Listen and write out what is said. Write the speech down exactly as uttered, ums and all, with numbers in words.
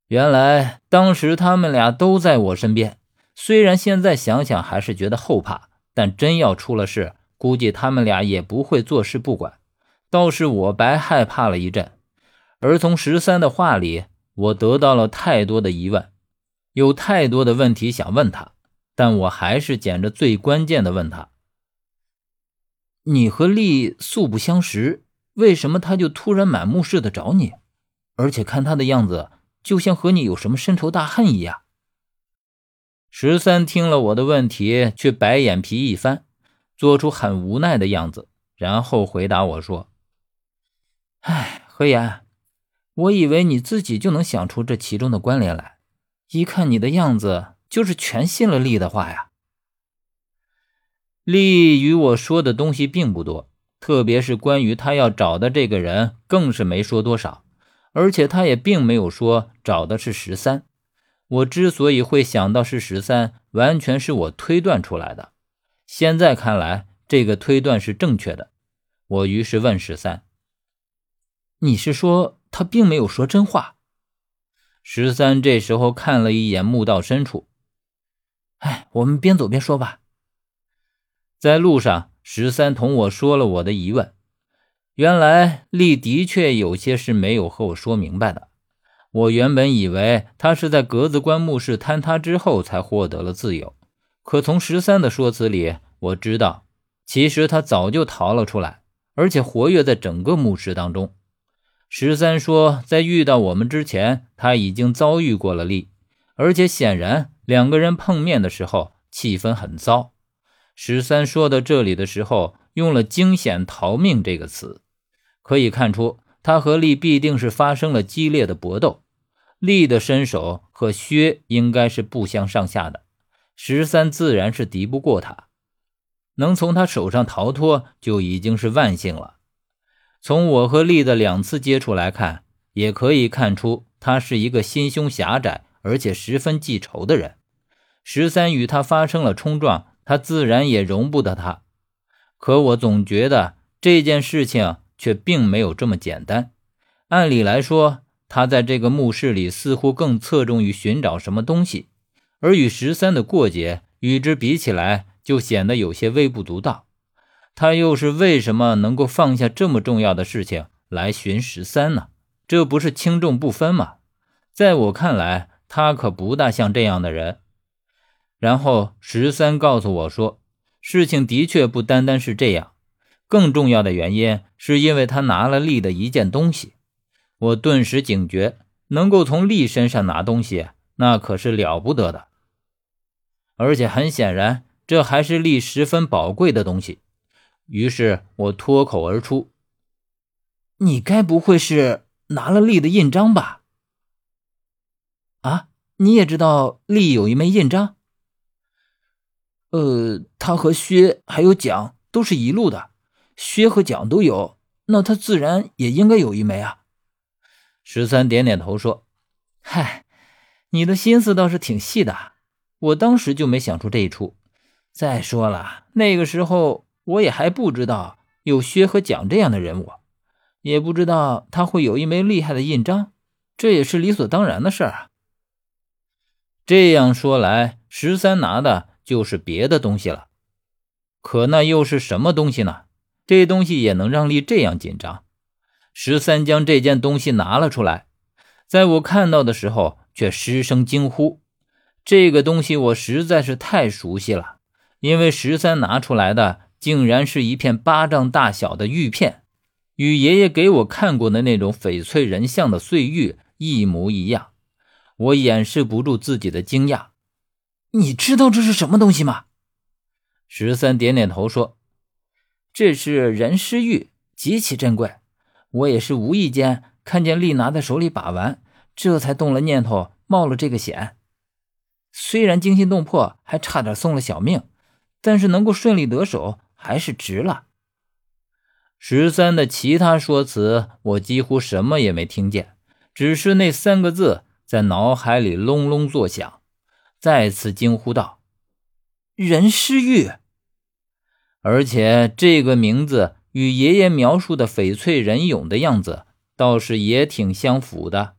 原来当时他们俩都在我身边，虽然现在想想还是觉得后怕，但真要出了事，估计他们俩也不会坐视不管，倒是我白害怕了一阵。而从十三的话里，我得到了太多的疑问，有太多的问题想问他，但我还是捡着最关键的问他：你和丽素不相识，为什么他就突然满目似的找你？而且看他的样子，就像和你有什么深仇大恨一样。十三听了我的问题，却白眼皮一翻，做出很无奈的样子，然后回答我说：唉，何言，我以为你自己就能想出这其中的关联来，一看你的样子，就是全信了丽的话呀。丽与我说的东西并不多，特别是关于他要找的这个人，更是没说多少，而且他也并没有说找的是十三。我之所以会想到是十三，完全是我推断出来的。现在看来，这个推断是正确的。我于是问十三：你是说他并没有说真话？十三这时候看了一眼墓道深处。哎，我们边走边说吧。在路上，十三同我说了我的疑问。原来丽的确有些是没有和我说明白的。我原本以为他是在格子棺墓室坍塌之后才获得了自由，可从十三的说辞里，我知道其实他早就逃了出来，而且活跃在整个墓室当中。十三说在遇到我们之前，他已经遭遇过了丽，而且显然两个人碰面的时候气氛很糟。十三说到这里的时候用了惊险逃命这个词，可以看出他和丽必定是发生了激烈的搏斗。丽的身手和薛应该是不相上下的，十三自然是敌不过他，能从他手上逃脱就已经是万幸了。从我和丽的两次接触来看，也可以看出他是一个心胸狭窄而且十分记仇的人。十三与他发生了冲撞，他自然也容不得他。可我总觉得这件事情却并没有这么简单。按理来说，他在这个墓室里似乎更侧重于寻找什么东西，而与十三的过节与之比起来，就显得有些微不足道。他又是为什么能够放下这么重要的事情来寻十三呢？这不是轻重不分吗？在我看来，他可不大像这样的人。然后十三告诉我说，事情的确不单单是这样，更重要的原因是因为他拿了丽的一件东西。我顿时警觉，能够从丽身上拿东西，那可是了不得的。而且很显然，这还是丽十分宝贵的东西。于是我脱口而出：你该不会是拿了丽的印章吧？啊，你也知道丽有一枚印章？呃，他和薛还有蒋都是一路的，薛和蒋都有，那他自然也应该有一枚啊。十三点点头说：嗨，你的心思倒是挺细的，我当时就没想出这一出。再说了，那个时候我也还不知道有薛和蒋这样的人物，也不知道他会有一枚厉害的印章，这也是理所当然的事儿啊。这样说来，十三拿的就是别的东西了。可那又是什么东西呢？这东西也能让丽这样紧张？十三将这件东西拿了出来，在我看到的时候却失声惊呼。这个东西我实在是太熟悉了，因为十三拿出来的竟然是一片巴掌大小的玉片，与爷爷给我看过的那种翡翠人像的碎玉一模一样。我掩饰不住自己的惊讶。你知道这是什么东西吗？十三点点头说：这是人尸玉，极其珍贵，我也是无意间看见丽拿在手里把玩，这才动了念头，冒了这个险。虽然惊心动魄，还差点送了小命，但是能够顺利得手，还是值了。十三的其他说辞我几乎什么也没听见，只是那三个字在脑海里隆隆作响，再次惊呼道：人尸玉！而且这个名字与爷爷描述的翡翠人俑的样子倒是也挺相符的。